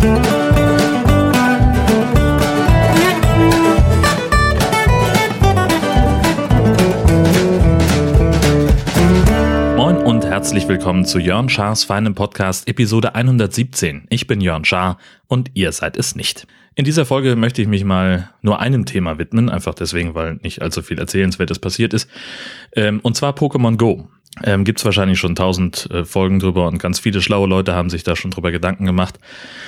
Moin und herzlich willkommen zu Jörn Schars feinem Podcast Episode 117. Ich bin Jörn Schaar und ihr seid es nicht. In dieser Folge möchte ich mich mal nur einem Thema widmen, einfach deswegen, weil nicht allzu viel Erzählenswertes passiert ist. Und zwar Pokémon Go. Gibt's wahrscheinlich schon 1000 Folgen drüber und ganz viele schlaue Leute haben sich da schon drüber Gedanken gemacht.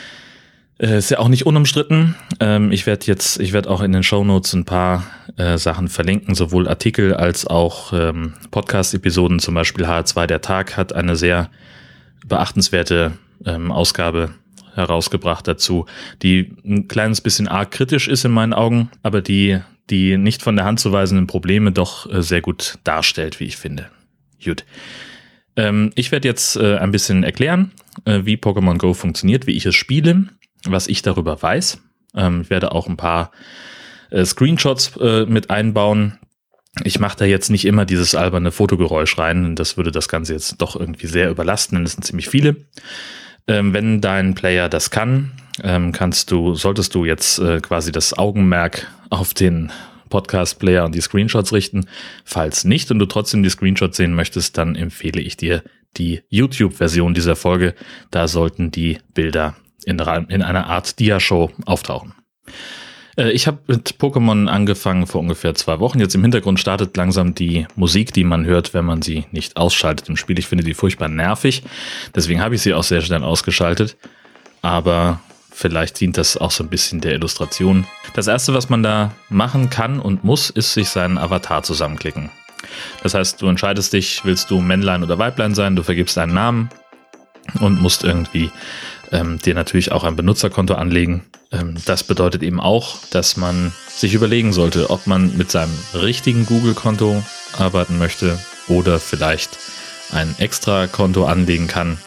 Ist ja auch nicht unumstritten. Ich werde auch in den Shownotes ein paar Sachen verlinken, sowohl Artikel als auch Podcast-Episoden. Zum Beispiel HR2 der Tag hat eine sehr beachtenswerte Ausgabe herausgebracht dazu, die ein kleines bisschen arg kritisch ist in meinen Augen, aber die nicht von der Hand zu weisenden Probleme doch sehr gut darstellt, wie ich finde. Gut. Ich werde jetzt ein bisschen erklären, wie Pokémon Go funktioniert, wie ich es spiele, was ich darüber weiß. Ich werde auch ein paar Screenshots mit einbauen. Ich mache da jetzt nicht immer dieses alberne Fotogeräusch rein, das würde das Ganze jetzt doch irgendwie sehr überlasten, denn es sind ziemlich viele. Wenn dein Player das kann, solltest du jetzt quasi das Augenmerk auf den Podcast-Player und die Screenshots richten. Falls nicht und du trotzdem die Screenshots sehen möchtest, dann empfehle ich dir die YouTube-Version dieser Folge. Da sollten die Bilder in einer Art Dia-Show auftauchen. Ich habe mit Pokémon angefangen vor ungefähr 2 Wochen. Jetzt im Hintergrund startet langsam die Musik, die man hört, wenn man sie nicht ausschaltet im Spiel. Ich finde die furchtbar nervig. Deswegen habe ich sie auch sehr schnell ausgeschaltet. Aber vielleicht dient das auch so ein bisschen der Illustration. Das erste, was man da machen kann und muss, ist sich seinen Avatar zusammenklicken. Das heißt, du entscheidest dich, willst du Männlein oder Weiblein sein, du vergibst einen Namen und musst irgendwie dir natürlich auch ein Benutzerkonto anlegen. Das bedeutet eben auch, dass man sich überlegen sollte, ob man mit seinem richtigen Google-Konto arbeiten möchte oder vielleicht ein extra Konto anlegen kann.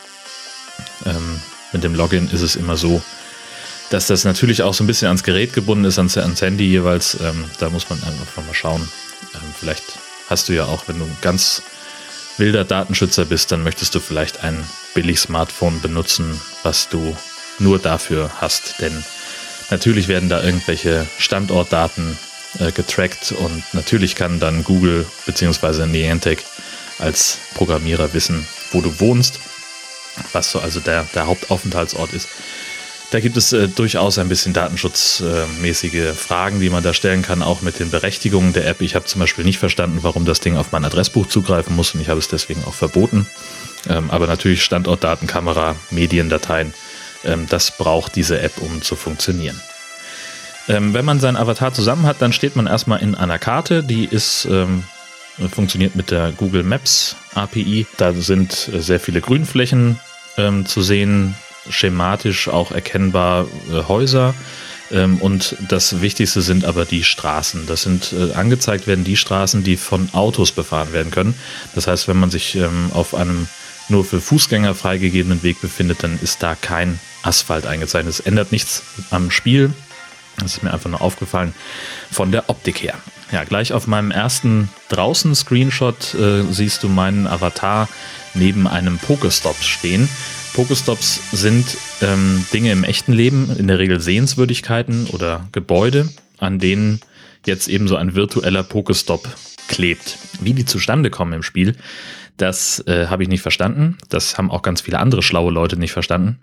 Mit dem Login ist es immer so, dass das natürlich auch so ein bisschen ans Gerät gebunden ist, ans Handy jeweils. Da muss man einfach mal schauen. Vielleicht hast du ja auch, wenn du ganz wilder Datenschützer bist, dann möchtest du vielleicht ein Billig-Smartphone benutzen, was du nur dafür hast. Denn natürlich werden da irgendwelche Standortdaten getrackt und natürlich kann dann Google bzw. Niantic als Programmierer wissen, wo du wohnst, was so also der Hauptaufenthaltsort ist. Da gibt es durchaus ein bisschen datenschutzmäßige Fragen, die man da stellen kann, auch mit den Berechtigungen der App. Ich habe zum Beispiel nicht verstanden, warum das Ding auf mein Adressbuch zugreifen muss und ich habe es deswegen auch verboten. Aber natürlich Standortdaten, Kamera, Mediendateien, das braucht diese App, um zu funktionieren. Wenn man seinen Avatar zusammen hat, dann steht man erstmal in einer Karte, die funktioniert mit der Google Maps API. Da sind sehr viele Grünflächen zu sehen, schematisch auch erkennbar Häuser und das Wichtigste sind aber die Straßen. Das sind angezeigt werden die Straßen, die von Autos befahren werden können. Das heißt, wenn man sich auf einem nur für Fußgänger freigegebenen Weg befindet, dann ist da kein Asphalt eingezeichnet. Es ändert nichts am Spiel. Das ist mir einfach nur aufgefallen von der Optik her. Ja, gleich auf meinem ersten Draußen-Screenshot siehst du meinen Avatar neben einem Pokestop stehen. Pokestops sind Dinge im echten Leben, in der Regel Sehenswürdigkeiten oder Gebäude, an denen jetzt eben so ein virtueller Pokestop klebt. Wie die zustande kommen im Spiel, das habe ich nicht verstanden. Das haben auch ganz viele andere schlaue Leute nicht verstanden.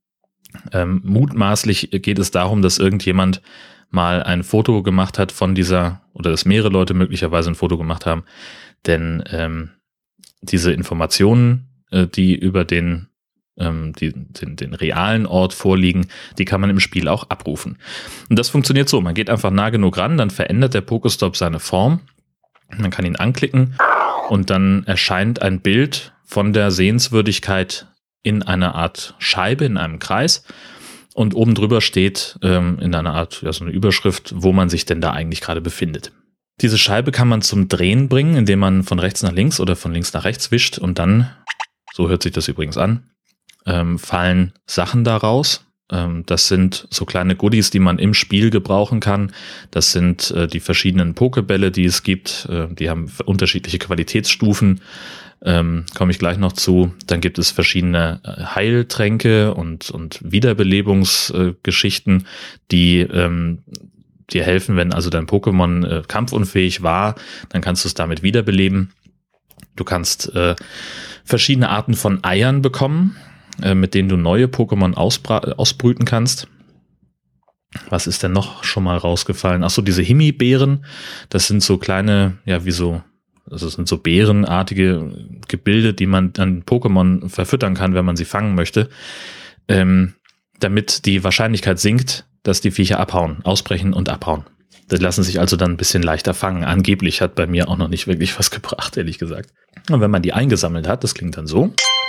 Mutmaßlich geht es darum, dass irgendjemand mal ein Foto gemacht hat von dieser, oder dass mehrere Leute möglicherweise ein Foto gemacht haben, denn diese Informationen, die über den realen Ort vorliegen, die kann man im Spiel auch abrufen. Und das funktioniert so, man geht einfach nah genug ran, dann verändert der Pokestop seine Form, man kann ihn anklicken und dann erscheint ein Bild von der Sehenswürdigkeit in einer Art Scheibe, in einem Kreis und oben drüber steht in einer Art, ja, so eine Überschrift, wo man sich denn da eigentlich gerade befindet. Diese Scheibe kann man zum Drehen bringen, indem man von rechts nach links oder von links nach rechts wischt und dann, so hört sich das übrigens an, fallen Sachen daraus. Das sind so kleine Goodies, die man im Spiel gebrauchen kann. Das sind die verschiedenen Pokebälle, die es gibt. Die haben unterschiedliche Qualitätsstufen. komme ich gleich noch zu. Dann gibt es verschiedene Heiltränke und Wiederbelebungsgeschichten, die dir helfen, wenn also dein Pokémon kampfunfähig war, dann kannst du es damit wiederbeleben. Du kannst verschiedene Arten von Eiern bekommen, mit denen du neue Pokémon ausbrüten kannst. Was ist denn noch schon mal rausgefallen? Ach so, diese Himbeeren, das sind so kleine, also das sind so beerenartige Gebilde, die man dann Pokémon verfüttern kann, wenn man sie fangen möchte, damit die Wahrscheinlichkeit sinkt, dass die Viecher ausbrechen und abhauen. Die lassen sich also dann ein bisschen leichter fangen. Angeblich hat bei mir auch noch nicht wirklich was gebracht, ehrlich gesagt. Und wenn man die eingesammelt hat, das klingt dann so,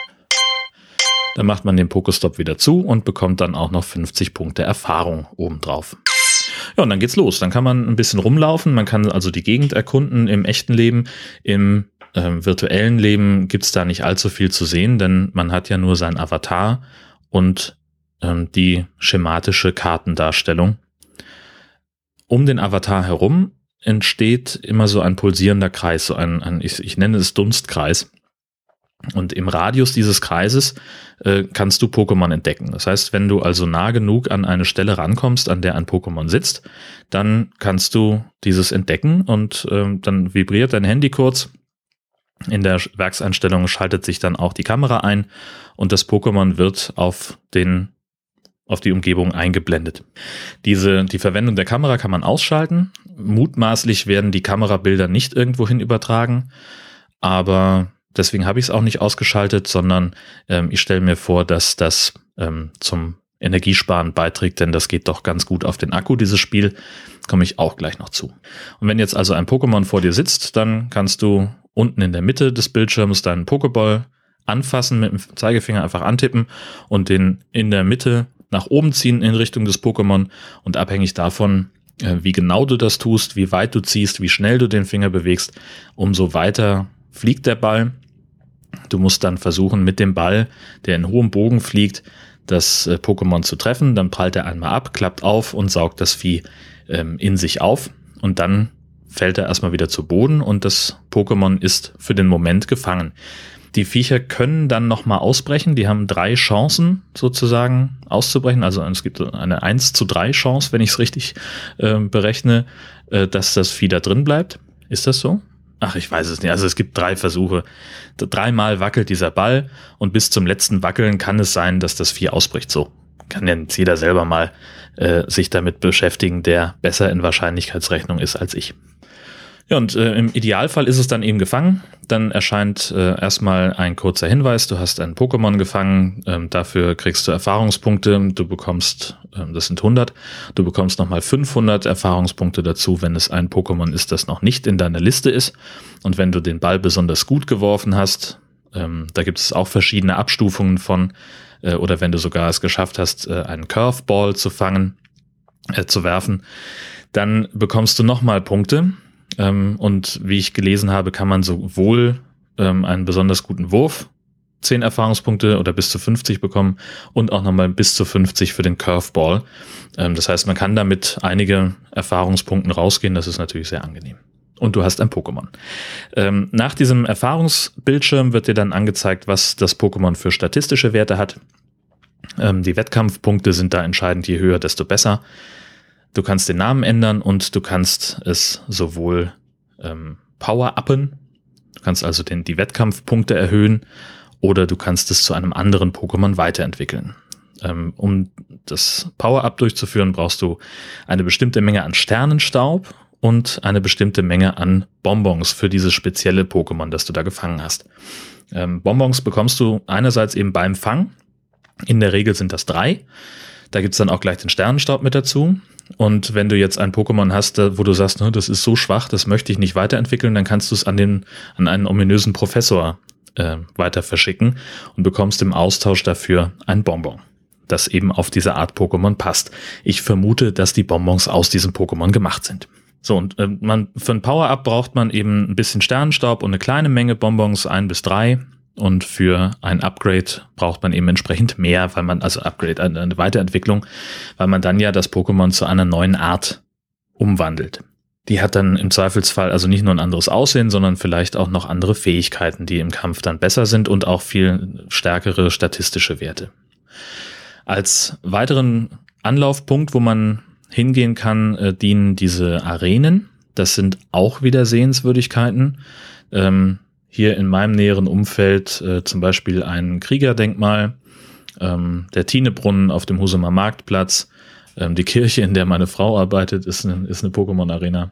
dann macht man den Pokestop wieder zu und bekommt dann auch noch 50 Punkte Erfahrung obendrauf. Ja, und dann geht's los. Dann kann man ein bisschen rumlaufen. Man kann also die Gegend erkunden im echten Leben. Im virtuellen Leben gibt's da nicht allzu viel zu sehen, denn man hat ja nur sein Avatar und die schematische Kartendarstellung. Um den Avatar herum entsteht immer so ein pulsierender Kreis, so ich nenne es Dunstkreis. Und im Radius dieses Kreises kannst du Pokémon entdecken. Das heißt, wenn du also nah genug an eine Stelle rankommst, an der ein Pokémon sitzt, dann kannst du dieses entdecken und dann vibriert dein Handy kurz. In der Werkseinstellung schaltet sich dann auch die Kamera ein und das Pokémon wird auf die Umgebung eingeblendet. Die Verwendung der Kamera kann man ausschalten. Mutmaßlich werden die Kamerabilder nicht irgendwohin übertragen, aber deswegen habe ich es auch nicht ausgeschaltet, sondern ich stelle mir vor, dass das zum Energiesparen beiträgt, denn das geht doch ganz gut auf den Akku, dieses Spiel. Komme ich auch gleich noch zu. Und wenn jetzt also ein Pokémon vor dir sitzt, dann kannst du unten in der Mitte des Bildschirms deinen Pokéball anfassen, mit dem Zeigefinger einfach antippen und den in der Mitte nach oben ziehen in Richtung des Pokémon und abhängig davon, wie genau du das tust, wie weit du ziehst, wie schnell du den Finger bewegst, umso weiter fliegt der Ball. Du musst dann versuchen, mit dem Ball, der in hohem Bogen fliegt, das Pokémon zu treffen. Dann prallt er einmal ab, klappt auf und saugt das Vieh in sich auf und dann fällt er erstmal wieder zu Boden und das Pokémon ist für den Moment gefangen. Die Viecher können dann nochmal ausbrechen. Die haben 3 Chancen sozusagen auszubrechen. Also es gibt eine 1:3 Chance, wenn ich es richtig berechne, dass das Vieh da drin bleibt. Ist das so? Ach, ich weiß es nicht. Also es gibt 3 Versuche. 3-mal wackelt dieser Ball und bis zum letzten Wackeln kann es sein, dass das Vieh ausbricht. So kann jetzt jeder selber mal sich damit beschäftigen, der besser in Wahrscheinlichkeitsrechnung ist als ich. Ja, und im Idealfall ist es dann eben gefangen. Dann erscheint erstmal ein kurzer Hinweis, du hast ein Pokémon gefangen, dafür kriegst du Erfahrungspunkte, du bekommst, das sind 100, du bekommst nochmal 500 Erfahrungspunkte dazu, wenn es ein Pokémon ist, das noch nicht in deiner Liste ist. Und wenn du den Ball besonders gut geworfen hast, da gibt es auch verschiedene Abstufungen von, oder wenn du sogar es geschafft hast, einen Curveball zu werfen, dann bekommst du nochmal Punkte. Und wie ich gelesen habe, kann man sowohl einen besonders guten Wurf 10 Erfahrungspunkte oder bis zu 50 bekommen und auch nochmal bis zu 50 für den Curveball. Das heißt, man kann damit einige Erfahrungspunkten rausgehen. Das ist natürlich sehr angenehm. Und du hast ein Pokémon. Nach diesem Erfahrungsbildschirm wird dir dann angezeigt, was das Pokémon für statistische Werte hat. Die Wettkampfpunkte sind da entscheidend. Je höher, desto besser. Du kannst den Namen ändern und du kannst es sowohl power-uppen, du kannst also die Wettkampfpunkte erhöhen oder du kannst es zu einem anderen Pokémon weiterentwickeln. Um das Power-Up durchzuführen, brauchst du eine bestimmte Menge an Sternenstaub und eine bestimmte Menge an Bonbons für dieses spezielle Pokémon, das du da gefangen hast. Bonbons bekommst du einerseits eben beim Fang, in der Regel sind das 3, da gibt's dann auch gleich den Sternenstaub mit dazu. Und wenn du jetzt ein Pokémon hast, wo du sagst, das ist so schwach, das möchte ich nicht weiterentwickeln, dann kannst du es an einen ominösen Professor weiter verschicken und bekommst im Austausch dafür ein Bonbon, das eben auf diese Art Pokémon passt. Ich vermute, dass die Bonbons aus diesem Pokémon gemacht sind. So, und für ein Power-Up braucht man eben ein bisschen Sternenstaub und eine kleine Menge Bonbons, 1 bis 3. Und für ein Upgrade braucht man eben entsprechend mehr, eine Weiterentwicklung, weil man dann ja das Pokémon zu einer neuen Art umwandelt. Die hat dann im Zweifelsfall also nicht nur ein anderes Aussehen, sondern vielleicht auch noch andere Fähigkeiten, die im Kampf dann besser sind und auch viel stärkere statistische Werte. Als weiteren Anlaufpunkt, wo man hingehen kann, dienen diese Arenen. Das sind auch wieder Sehenswürdigkeiten. Hier in meinem näheren Umfeld zum Beispiel ein Kriegerdenkmal, der Tinebrunnen auf dem Husumer Marktplatz, die Kirche, in der meine Frau arbeitet, ist eine Pokémon-Arena.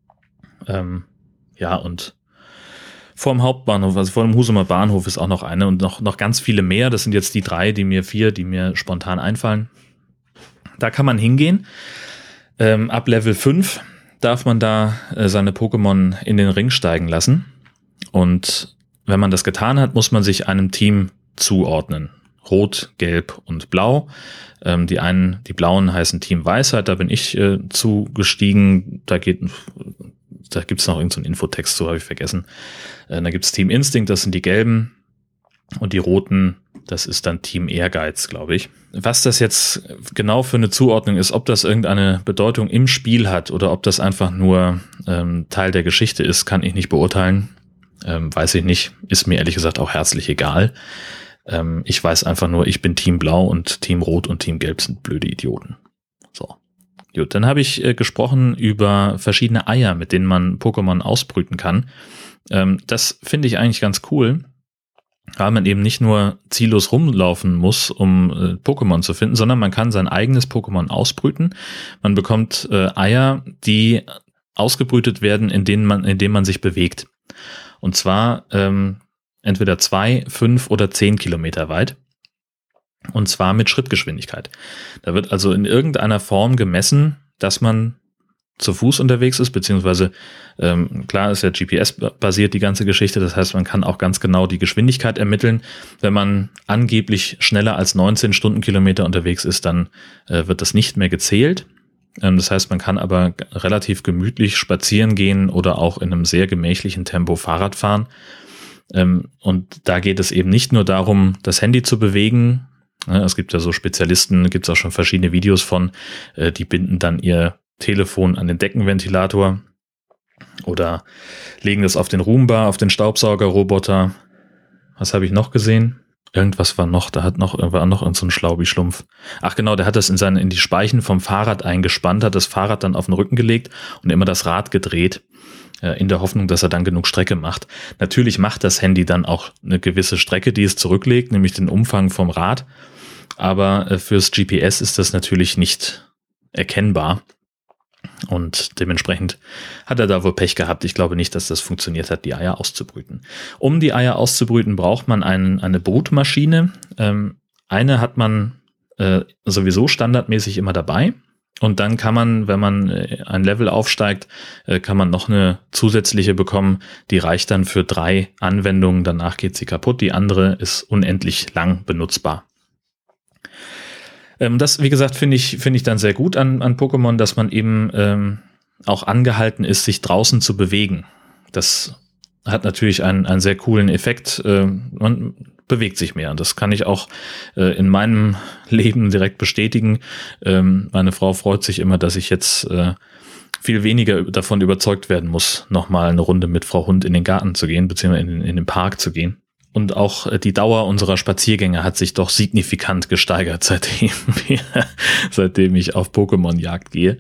Und vorm Hauptbahnhof, also vor dem Husumer Bahnhof ist auch noch eine und noch ganz viele mehr. Das sind jetzt die vier, die mir spontan einfallen. Da kann man hingehen. Ab Level 5 darf man da seine Pokémon in den Ring steigen lassen. Und wenn man das getan hat, muss man sich einem Team zuordnen. Rot, Gelb und Blau. Die Blauen heißen Team Weisheit, da bin ich zugestiegen. Da gibt's noch irgendeinen Infotext zu, habe ich vergessen. Da gibt's Team Instinct, das sind die Gelben. Und die Roten, das ist dann Team Ehrgeiz, glaube ich. Was das jetzt genau für eine Zuordnung ist, ob das irgendeine Bedeutung im Spiel hat oder ob das einfach nur Teil der Geschichte ist, kann ich nicht beurteilen. Weiß ich nicht. Ist mir ehrlich gesagt auch herzlich egal. Ich weiß einfach nur, ich bin Team Blau und Team Rot und Team Gelb sind blöde Idioten. So. Gut, dann habe ich gesprochen über verschiedene Eier, mit denen man Pokémon ausbrüten kann. Das finde ich eigentlich ganz cool, weil man eben nicht nur ziellos rumlaufen muss, um Pokémon zu finden, sondern man kann sein eigenes Pokémon ausbrüten. Man bekommt Eier, die ausgebrütet werden, indem man sich bewegt. Und zwar entweder 2, 5 oder 10 Kilometer weit. Und zwar mit Schrittgeschwindigkeit. Da wird also in irgendeiner Form gemessen, dass man zu Fuß unterwegs ist, beziehungsweise klar ist ja GPS-basiert die ganze Geschichte, das heißt, man kann auch ganz genau die Geschwindigkeit ermitteln. Wenn man angeblich schneller als 19 Stundenkilometer unterwegs ist, dann wird das nicht mehr gezählt. Das heißt, man kann aber relativ gemütlich spazieren gehen oder auch in einem sehr gemächlichen Tempo Fahrrad fahren. Und da geht es eben nicht nur darum, das Handy zu bewegen. Es gibt ja so Spezialisten, gibt es auch schon verschiedene Videos von, die binden dann ihr Telefon an den Deckenventilator oder legen das auf den Roomba, auf den Staubsaugerroboter. Was habe ich noch gesehen? Irgendwas war noch, war noch in so ein Schlaubi-Schlumpf. Ach genau, der hat das in die Speichen vom Fahrrad eingespannt, hat das Fahrrad dann auf den Rücken gelegt und immer das Rad gedreht, in der Hoffnung, dass er dann genug Strecke macht. Natürlich macht das Handy dann auch eine gewisse Strecke, die es zurücklegt, nämlich den Umfang vom Rad. Aber fürs GPS ist das natürlich nicht erkennbar. Und dementsprechend hat er da wohl Pech gehabt. Ich glaube nicht, dass das funktioniert hat, die Eier auszubrüten. Um die Eier auszubrüten, braucht man eine Brutmaschine. Eine hat man sowieso standardmäßig immer dabei. Und dann kann man, wenn man ein Level aufsteigt, kann man noch eine zusätzliche bekommen. Die reicht dann für 3 Anwendungen. Danach geht sie kaputt. Die andere ist unendlich lang benutzbar. Das, wie gesagt, finde ich dann sehr gut an Pokémon, dass man eben auch angehalten ist, sich draußen zu bewegen. Das hat natürlich einen sehr coolen Effekt. Man bewegt sich mehr. Und das kann ich auch in meinem Leben direkt bestätigen. Meine Frau freut sich immer, dass ich jetzt viel weniger davon überzeugt werden muss, nochmal eine Runde mit Frau Hund in den Garten zu gehen, beziehungsweise in den Park zu gehen. Und auch die Dauer unserer Spaziergänge hat sich doch signifikant gesteigert, seitdem ich auf Pokémon-Jagd gehe.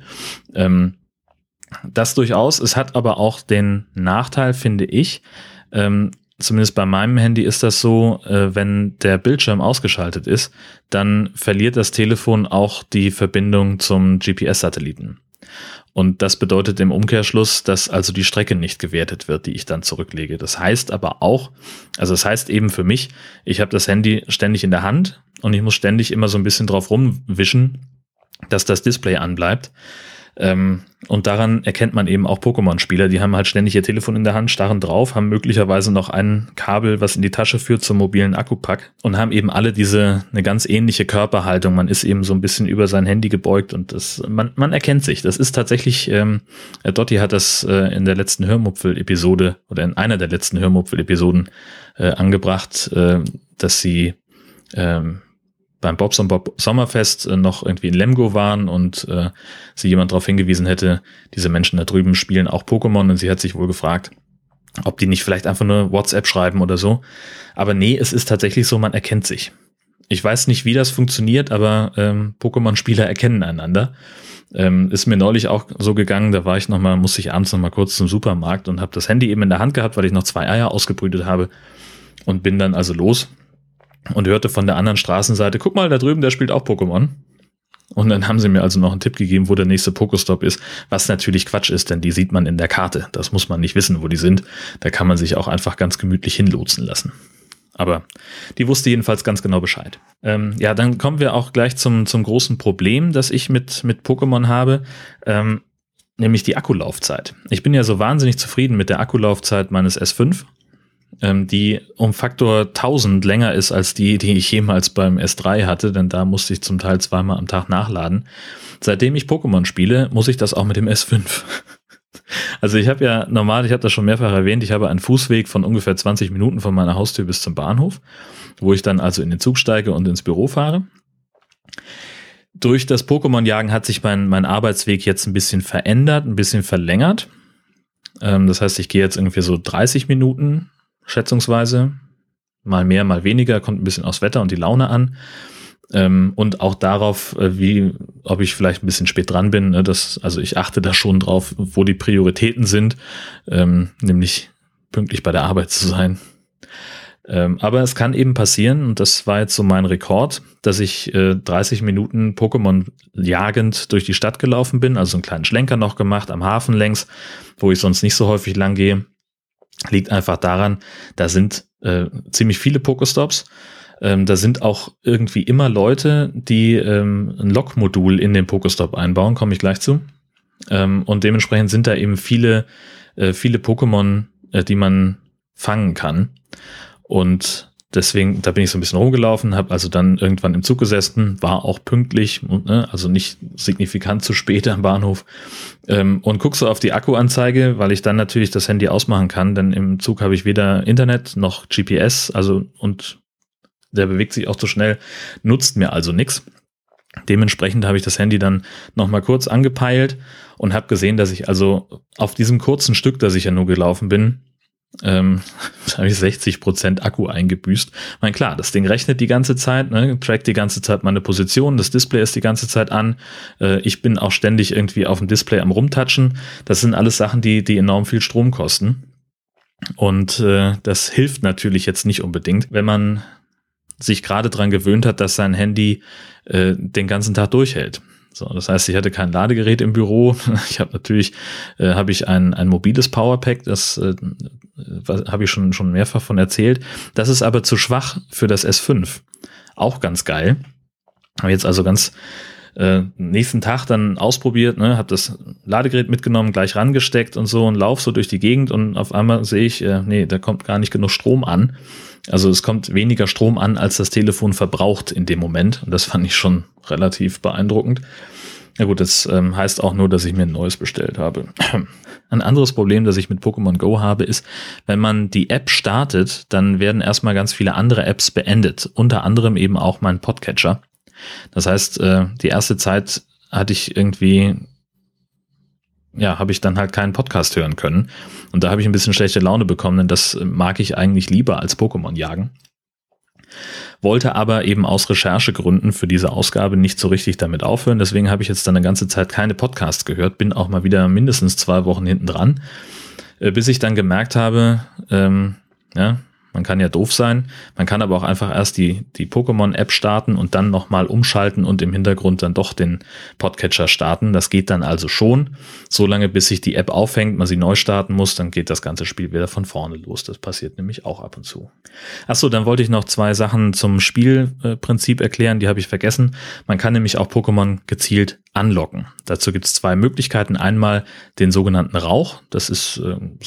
Das durchaus. Es hat aber auch den Nachteil, finde ich, zumindest bei meinem Handy ist das so, wenn der Bildschirm ausgeschaltet ist, dann verliert das Telefon auch die Verbindung zum GPS-Satelliten. Und das bedeutet im Umkehrschluss, dass also die Strecke nicht gewertet wird, die ich dann zurücklege. Das heißt aber auch, also das heißt eben für mich, ich habe das Handy ständig in der Hand und ich muss ständig immer so ein bisschen drauf rumwischen, dass das Display anbleibt. Und daran erkennt man eben auch Pokémon-Spieler, die haben halt ständig ihr Telefon in der Hand, starren drauf, haben möglicherweise noch ein Kabel, was in die Tasche führt zum mobilen Akkupack und haben eben alle eine ganz ähnliche Körperhaltung. Man ist eben so ein bisschen über sein Handy gebeugt und man erkennt sich. Das ist tatsächlich, Dotti hat das in der letzten Hörmupfel-Episode oder in einer der letzten Hörmupfel-Episoden angebracht, dass sie beim Bobs und Bob Sommerfest noch irgendwie in Lemgo waren und sie jemand darauf hingewiesen hätte, diese Menschen da drüben spielen auch Pokémon, und sie hat sich wohl gefragt, ob die nicht vielleicht einfach nur WhatsApp schreiben oder so. Aber nee, es ist tatsächlich so, man erkennt sich. Ich weiß nicht, wie das funktioniert, aber Pokémon-Spieler erkennen einander. Ist mir neulich auch so gegangen, da musste ich abends noch mal kurz zum Supermarkt und habe das Handy eben in der Hand gehabt, weil ich noch 2 Eier ausgebrütet habe, und bin dann also los und hörte von der anderen Straßenseite, guck mal, da drüben, der spielt auch Pokémon. Und dann haben sie mir also noch einen Tipp gegeben, wo der nächste Pokestop ist, was natürlich Quatsch ist, denn die sieht man in der Karte. Das muss man nicht wissen, wo die sind. Da kann man sich auch einfach ganz gemütlich hinlotsen lassen. Aber die wusste jedenfalls ganz genau Bescheid. Ja, dann kommen wir auch gleich zum großen Problem, das ich mit Pokémon habe, nämlich die Akkulaufzeit. Ich bin ja so wahnsinnig zufrieden mit der Akkulaufzeit meines S5, die um Faktor 1000 länger ist als die ich jemals beim S3 hatte, denn da musste ich zum Teil 2-mal am Tag nachladen. Seitdem ich Pokémon spiele, muss ich das auch mit dem S5. Also ich habe das schon mehrfach erwähnt, ich habe einen Fußweg von ungefähr 20 Minuten von meiner Haustür bis zum Bahnhof, wo ich dann also in den Zug steige und ins Büro fahre. Durch das Pokémon-Jagen hat sich mein Arbeitsweg jetzt ein bisschen verändert, ein bisschen verlängert. Das heißt, ich gehe jetzt irgendwie so 30 Minuten, schätzungsweise. Mal mehr, mal weniger, kommt ein bisschen aufs Wetter und die Laune an. Und auch darauf, ob ich vielleicht ein bisschen spät dran bin. Also ich achte da schon drauf, wo die Prioritäten sind, nämlich pünktlich bei der Arbeit zu sein. Aber es kann eben passieren, und das war jetzt so mein Rekord, dass ich 30 Minuten Pokémon jagend durch die Stadt gelaufen bin, also einen kleinen Schlenker noch gemacht am Hafen längs, wo ich sonst nicht so häufig lang gehe. Liegt einfach daran, da sind ziemlich viele Pokestops. Da sind auch irgendwie immer Leute, die ein Log-Modul in den Pokestop einbauen, komme ich gleich zu. Und dementsprechend sind da eben viele Pokémon, die man fangen kann. Und deswegen, da bin ich so ein bisschen rumgelaufen, habe also dann irgendwann im Zug gesessen, war auch pünktlich, also nicht signifikant zu spät am Bahnhof, und guck so auf die Akkuanzeige, weil ich dann natürlich das Handy ausmachen kann, denn im Zug habe ich weder Internet noch GPS, und der bewegt sich auch so schnell, nutzt mir also nichts. Dementsprechend habe ich das Handy dann nochmal kurz angepeilt und habe gesehen, dass ich also auf diesem kurzen Stück, das ich ja nur gelaufen bin, habe ich 60% Akku eingebüßt. Ich meine, klar, das Ding rechnet die ganze Zeit, trackt die ganze Zeit meine Position, das Display ist die ganze Zeit an, ich bin auch ständig irgendwie auf dem Display am Rumtatschen. Das sind alles Sachen, die enorm viel Strom kosten. Und das hilft natürlich jetzt nicht unbedingt, wenn man sich gerade dran gewöhnt hat, dass sein Handy den ganzen Tag durchhält. So, das heißt, ich hatte kein Ladegerät im Büro. Ich habe natürlich ein mobiles Powerpack, das habe ich schon mehrfach von erzählt. Das ist aber zu schwach für das S5. Auch ganz geil. Habe jetzt also ganz nächsten Tag dann ausprobiert, habe das Ladegerät mitgenommen, gleich rangesteckt und so und laufe so durch die Gegend, und auf einmal sehe ich, da kommt gar nicht genug Strom an. Also es kommt weniger Strom an, als das Telefon verbraucht in dem Moment, und das fand ich schon relativ beeindruckend. Ja gut, das heißt auch nur, dass ich mir ein neues bestellt habe. Ein anderes Problem, das ich mit Pokémon Go habe, ist, wenn man die App startet, dann werden erstmal ganz viele andere Apps beendet, unter anderem eben auch mein Podcatcher. Das heißt, die erste Zeit habe ich dann halt keinen Podcast hören können. Und da habe ich ein bisschen schlechte Laune bekommen, denn das mag ich eigentlich lieber als Pokémon jagen. Wollte aber eben aus Recherchegründen für diese Ausgabe nicht so richtig damit aufhören. Deswegen habe ich jetzt dann eine ganze Zeit keine Podcasts gehört, bin auch mal wieder mindestens 2 Wochen hinten dran, bis ich dann gemerkt habe, man kann ja doof sein, man kann aber auch einfach erst die Pokémon-App starten und dann nochmal umschalten und im Hintergrund dann doch den Podcatcher starten. Das geht dann also schon, solange bis sich die App aufhängt, man sie neu starten muss, dann geht das ganze Spiel wieder von vorne los. Das passiert nämlich auch ab und zu. Achso, dann wollte ich noch 2 Sachen zum Spielprinzip erklären, die habe ich vergessen. Man kann nämlich auch Pokémon gezielt anlocken. Dazu gibt es 2 Möglichkeiten. Einmal den sogenannten Rauch, das ist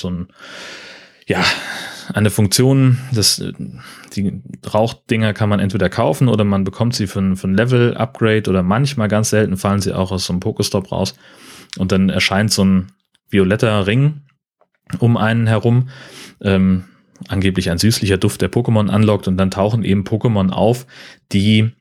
eine Funktion, die Rauchdinger kann man entweder kaufen oder man bekommt sie für ein Level-Upgrade, oder manchmal, ganz selten, fallen sie auch aus so einem Pokestop raus und dann erscheint so ein violetter Ring um einen herum, angeblich ein süßlicher Duft, der Pokémon anlockt, und dann tauchen eben Pokémon auf, die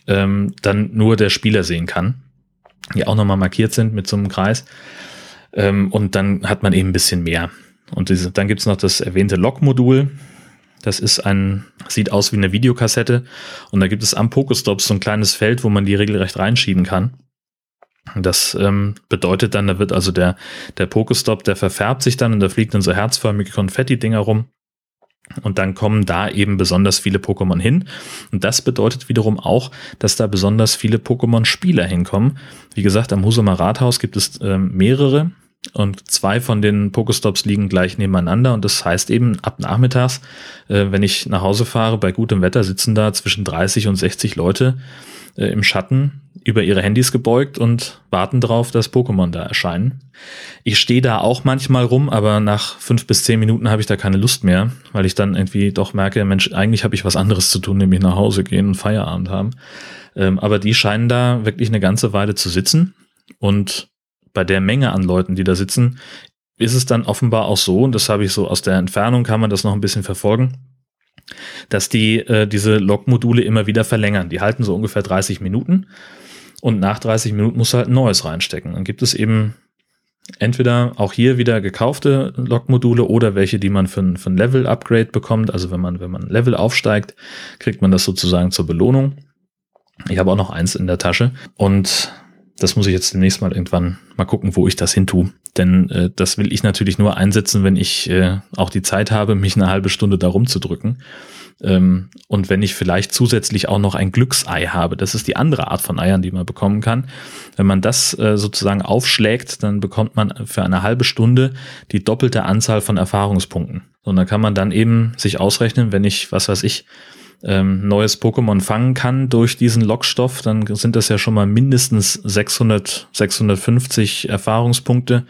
dann nur der Spieler sehen kann, die auch nochmal markiert sind mit so einem Kreis. Und dann hat man eben ein bisschen mehr. Und dann gibt's noch das erwähnte Log-Modul. Das sieht aus wie eine Videokassette. Und da gibt es am Pokestop so ein kleines Feld, wo man die regelrecht reinschieben kann. Das bedeutet dann, da wird also der Pokestop, der verfärbt sich dann und da fliegt dann so herzförmige Konfetti-Dinger rum. Und dann kommen da eben besonders viele Pokémon hin. Und das bedeutet wiederum auch, dass da besonders viele Pokémon-Spieler hinkommen. Wie gesagt, am Husumer Rathaus gibt es mehrere. Und 2 von den Pokestops liegen gleich nebeneinander. Und das heißt eben, ab nachmittags, wenn ich nach Hause fahre, bei gutem Wetter sitzen da zwischen 30 und 60 Leute im Schatten über ihre Handys gebeugt und warten drauf, dass Pokémon da erscheinen. Ich stehe da auch manchmal rum, aber nach 5 bis 10 Minuten habe ich da keine Lust mehr, weil ich dann irgendwie doch merke, Mensch, eigentlich habe ich was anderes zu tun, nämlich nach Hause gehen und Feierabend haben. Aber die scheinen da wirklich eine ganze Weile zu sitzen. Und bei der Menge an Leuten, die da sitzen, ist es dann offenbar auch so, und das habe ich so aus der Entfernung, kann man das noch ein bisschen verfolgen, dass die diese Log-Module immer wieder verlängern. Die halten so ungefähr 30 Minuten und nach 30 Minuten musst du halt ein neues reinstecken. Dann gibt es eben entweder auch hier wieder gekaufte Log-Module oder welche, die man für ein Level-Upgrade bekommt. Also wenn man ein Level aufsteigt, kriegt man das sozusagen zur Belohnung. Ich habe auch noch eins in der Tasche und das muss ich jetzt demnächst mal irgendwann mal gucken, wo ich das hin tue. Denn das will ich natürlich nur einsetzen, wenn ich auch die Zeit habe, mich eine halbe Stunde da rumzudrücken. Und wenn ich vielleicht zusätzlich auch noch ein Glücksei habe. Das ist die andere Art von Eiern, die man bekommen kann. Wenn man das sozusagen aufschlägt, dann bekommt man für eine halbe Stunde die doppelte Anzahl von Erfahrungspunkten. Und dann kann man dann eben sich ausrechnen, wenn ich, neues Pokémon fangen kann durch diesen Lockstoff, dann sind das ja schon mal mindestens 650 Erfahrungspunkte.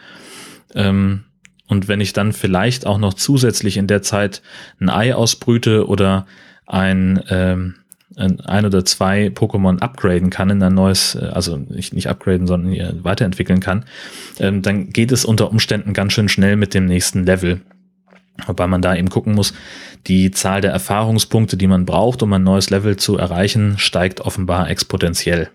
Und wenn ich dann vielleicht auch noch zusätzlich in der Zeit ein Ei ausbrüte oder ein oder 2 Pokémon upgraden kann in ein neues, also nicht upgraden, sondern weiterentwickeln kann, dann geht es unter Umständen ganz schön schnell mit dem nächsten Level. Wobei man da eben gucken muss, die Zahl der Erfahrungspunkte, die man braucht, um ein neues Level zu erreichen, steigt offenbar exponentiell.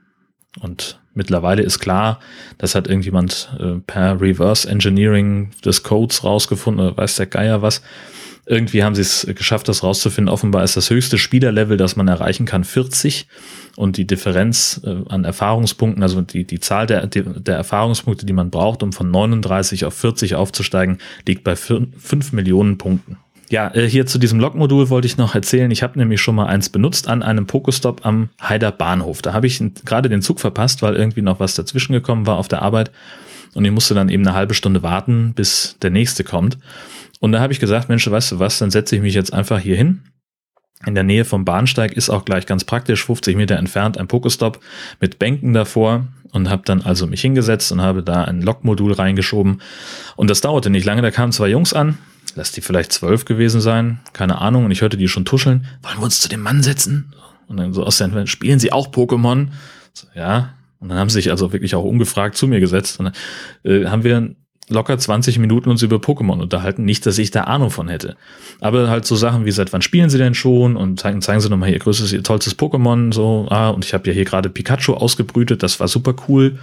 Und mittlerweile ist klar, das hat irgendjemand per Reverse Engineering des Codes rausgefunden, oder weiß der Geier was. Irgendwie haben sie es geschafft, das rauszufinden. Offenbar ist das höchste Spielerlevel, das man erreichen kann, 40. Und die Differenz an Erfahrungspunkten, also die Zahl der Erfahrungspunkte, die man braucht, um von 39 auf 40 aufzusteigen, liegt bei 5 Millionen Punkten. Ja, hier zu diesem Log-Modul wollte ich noch erzählen. Ich habe nämlich schon mal eins benutzt an einem Pokestop am Haider Bahnhof. Da habe ich gerade den Zug verpasst, weil irgendwie noch was dazwischen gekommen war auf der Arbeit. Und ich musste dann eben eine halbe Stunde warten, bis der nächste kommt. Und da habe ich gesagt, Mensch, weißt du was, dann setze ich mich jetzt einfach hier hin. In der Nähe vom Bahnsteig ist auch gleich ganz praktisch, 50 Meter entfernt ein Pokestop mit Bänken davor und habe dann also mich hingesetzt und habe da ein Log-Modul reingeschoben. Und das dauerte nicht lange, da kamen 2 Jungs an, lass die vielleicht 12 gewesen sein, keine Ahnung, und ich hörte die schon tuscheln, wollen wir uns zu dem Mann setzen? Und dann so aus der Entfernung, spielen Sie auch Pokémon? So, ja, und dann haben sie sich also wirklich auch ungefragt zu mir gesetzt und dann haben wir locker 20 Minuten uns über Pokémon unterhalten. Nicht, dass ich da Ahnung von hätte. Aber halt so Sachen wie, seit wann spielen sie denn schon? Und zeigen sie nochmal ihr größtes, ihr tollstes Pokémon. So, und ich habe ja hier gerade Pikachu ausgebrütet. Das war super cool.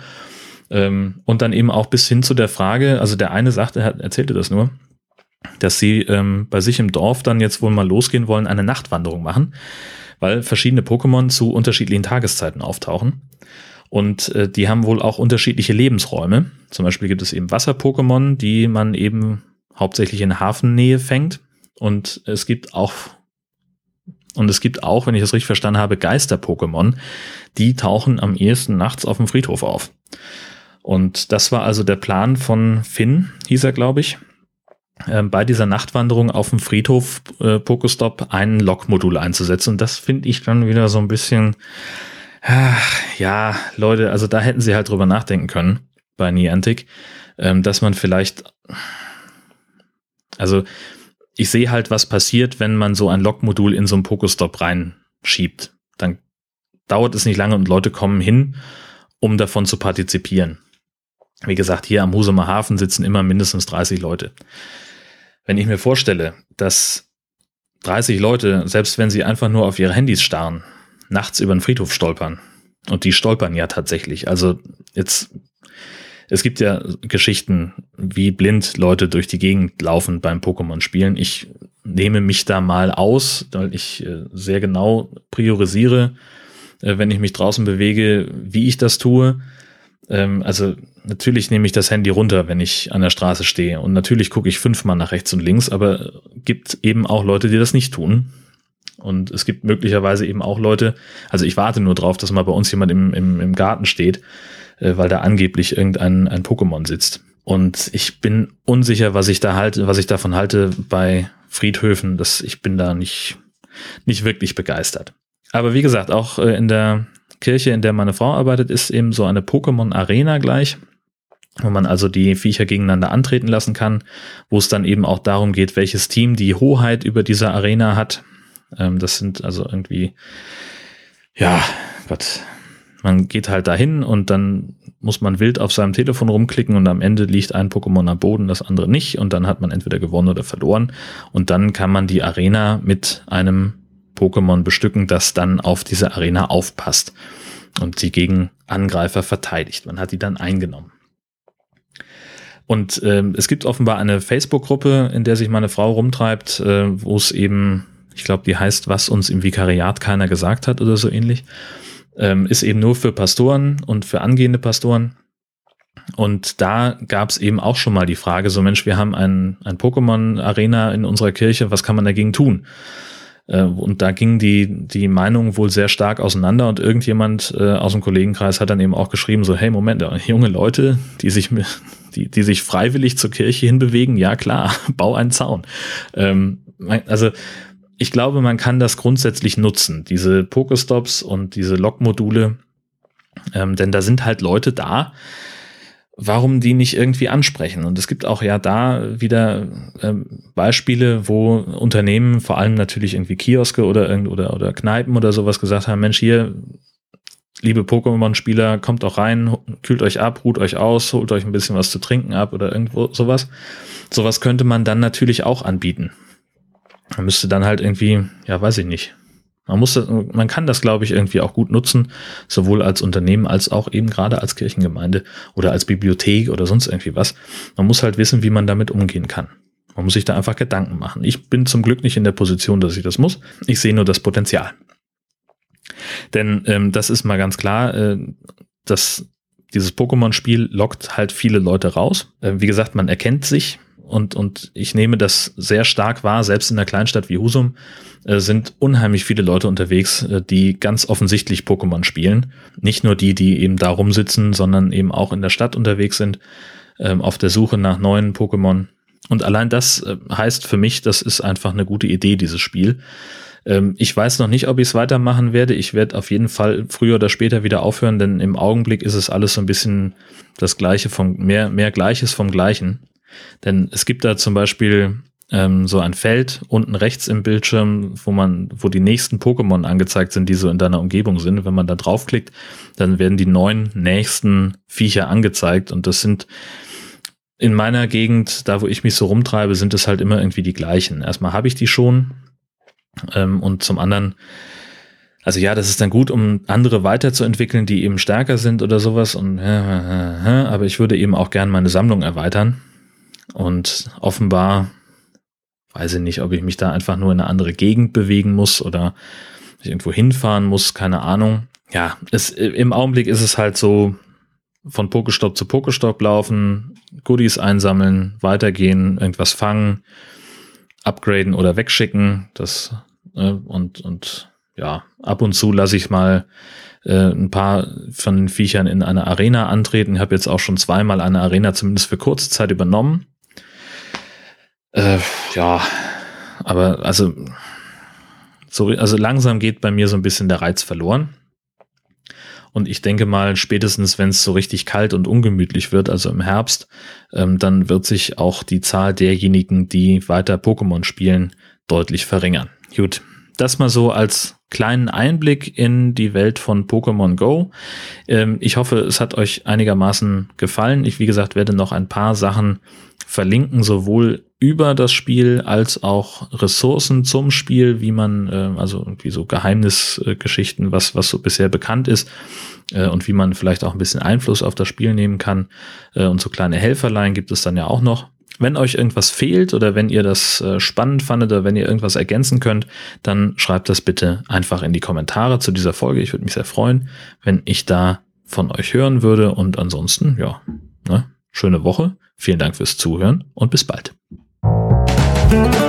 Und dann eben auch bis hin zu der Frage, also der eine sagte, er erzählte das nur, dass sie bei sich im Dorf dann jetzt wohl mal losgehen wollen, eine Nachtwanderung machen, weil verschiedene Pokémon zu unterschiedlichen Tageszeiten auftauchen. Und die haben wohl auch unterschiedliche Lebensräume. Zum Beispiel gibt es eben Wasser-Pokémon, die man eben hauptsächlich in Hafennähe fängt. Und es gibt auch, wenn ich das richtig verstanden habe, Geister-Pokémon, die tauchen am ehesten nachts auf dem Friedhof auf. Und das war also der Plan von Finn, hieß er, glaube ich, bei dieser Nachtwanderung auf dem Friedhof Pokestop ein Log-Modul einzusetzen. Und das finde ich dann wieder so ein bisschen... Ja, Leute, also da hätten sie halt drüber nachdenken können bei Niantic, dass man vielleicht, also ich sehe halt, was passiert, wenn man so ein Log-Modul in so ein Pokestop reinschiebt. Dann dauert es nicht lange und Leute kommen hin, um davon zu partizipieren. Wie gesagt, hier am Husumer Hafen sitzen immer mindestens 30 Leute. Wenn ich mir vorstelle, dass 30 Leute, selbst wenn sie einfach nur auf ihre Handys starren, nachts über den Friedhof stolpern. Und die stolpern ja tatsächlich. Also es gibt ja Geschichten, wie blind Leute durch die Gegend laufen beim Pokémon-Spielen. Ich nehme mich da mal aus, weil ich sehr genau priorisiere, wenn ich mich draußen bewege, wie ich das tue. Also natürlich nehme ich das Handy runter, wenn ich an der Straße stehe. Und natürlich gucke ich 5-mal nach rechts und links, aber gibt eben auch Leute, die das nicht tun. Und es gibt möglicherweise eben auch Leute, also ich warte nur drauf, dass mal bei uns jemand im Garten steht, weil da angeblich ein Pokémon sitzt. Und ich bin unsicher, was ich davon halte bei Friedhöfen, ich bin da nicht wirklich begeistert. Aber wie gesagt, auch in der Kirche, in der meine Frau arbeitet, ist eben so eine Pokémon-Arena gleich, wo man also die Viecher gegeneinander antreten lassen kann, wo es dann eben auch darum geht, welches Team die Hoheit über diese Arena hat. Das sind also irgendwie, ja, Gott, man geht halt dahin und dann muss man wild auf seinem Telefon rumklicken und am Ende liegt ein Pokémon am Boden, das andere nicht und dann hat man entweder gewonnen oder verloren und dann kann man die Arena mit einem Pokémon bestücken, das dann auf diese Arena aufpasst und sie gegen Angreifer verteidigt. Man hat die dann eingenommen. Und es gibt offenbar eine Facebook-Gruppe, in der sich meine Frau rumtreibt, wo es eben, ich glaube, die heißt, was uns im Vikariat keiner gesagt hat oder so ähnlich, ist eben nur für Pastoren und für angehende Pastoren. Und da gab es eben auch schon mal die Frage, so Mensch, wir haben ein Pokémon-Arena in unserer Kirche, was kann man dagegen tun? Und da ging die Meinung wohl sehr stark auseinander und irgendjemand aus dem Kollegenkreis hat dann eben auch geschrieben, so hey, Moment, junge Leute, die sich freiwillig zur Kirche hinbewegen, ja klar, bau einen Zaun. Also ich glaube, man kann das grundsätzlich nutzen, diese Pokestops und diese Log-Module, denn da sind halt Leute da, warum die nicht irgendwie ansprechen. Und es gibt auch ja da wieder Beispiele, wo Unternehmen, vor allem natürlich irgendwie Kioske oder Kneipen oder sowas gesagt haben, Mensch, hier, liebe Pokémon-Spieler, kommt doch rein, kühlt euch ab, ruht euch aus, holt euch ein bisschen was zu trinken ab oder irgendwo sowas. Sowas könnte man dann natürlich auch anbieten. Man müsste dann halt irgendwie, ja, weiß ich nicht. Man kann das, glaube ich, irgendwie auch gut nutzen, sowohl als Unternehmen als auch eben gerade als Kirchengemeinde oder als Bibliothek oder sonst irgendwie was. Man muss halt wissen, wie man damit umgehen kann. Man muss sich da einfach Gedanken machen. Ich bin zum Glück nicht in der Position, dass ich das muss. Ich sehe nur das Potenzial. Denn das ist mal ganz klar, dass dieses Pokémon-Spiel lockt halt viele Leute raus. Wie gesagt, man erkennt sich. Und ich nehme das sehr stark wahr, selbst in einer Kleinstadt wie Husum sind unheimlich viele Leute unterwegs, die ganz offensichtlich Pokémon spielen. Nicht nur die eben da rumsitzen, sondern eben auch in der Stadt unterwegs sind, auf der Suche nach neuen Pokémon. Und allein das heißt für mich, das ist einfach eine gute Idee, dieses Spiel. Ich weiß noch nicht, ob ich es weitermachen werde. Ich werde auf jeden Fall früher oder später wieder aufhören, denn im Augenblick ist es alles so ein bisschen das Gleiche mehr Gleiches vom Gleichen. Denn es gibt da zum Beispiel so ein Feld unten rechts im Bildschirm, wo die nächsten Pokémon angezeigt sind, die so in deiner Umgebung sind. Wenn man da draufklickt, dann werden die 9 nächsten Viecher angezeigt und das sind in meiner Gegend, da wo ich mich so rumtreibe, sind es halt immer irgendwie die gleichen. Erstmal habe ich die schon und zum anderen, also ja, das ist dann gut, um andere weiterzuentwickeln, die eben stärker sind oder sowas aber ich würde eben auch gern meine Sammlung erweitern. Und offenbar, weiß ich nicht, ob ich mich da einfach nur in eine andere Gegend bewegen muss oder irgendwo hinfahren muss, keine Ahnung. Ja, im Augenblick ist es halt so, von Pokéstop zu Pokéstop laufen, Goodies einsammeln, weitergehen, irgendwas fangen, upgraden oder wegschicken. Und ja, ab und zu lasse ich mal ein paar von den Viechern in eine Arena antreten. Ich habe jetzt auch schon 2-mal eine Arena zumindest für kurze Zeit übernommen. Ja, aber also langsam geht bei mir so ein bisschen der Reiz verloren. Und ich denke mal, spätestens wenn es so richtig kalt und ungemütlich wird, also im Herbst, dann wird sich auch die Zahl derjenigen, die weiter Pokémon spielen, deutlich verringern. Gut, das mal so als kleinen Einblick in die Welt von Pokémon Go. Ich hoffe, es hat euch einigermaßen gefallen. Ich, wie gesagt, werde noch ein paar Sachen verlinken sowohl über das Spiel als auch Ressourcen zum Spiel, wie man, also irgendwie so Geheimnisgeschichten, was so bisher bekannt ist, und wie man vielleicht auch ein bisschen Einfluss auf das Spiel nehmen kann. Und so kleine Helferlein gibt es dann ja auch noch. Wenn euch irgendwas fehlt oder wenn ihr das spannend fandet oder wenn ihr irgendwas ergänzen könnt, dann schreibt das bitte einfach in die Kommentare zu dieser Folge. Ich würde mich sehr freuen, wenn ich da von euch hören würde. Und ansonsten, ja, schöne Woche. Vielen Dank fürs Zuhören und bis bald.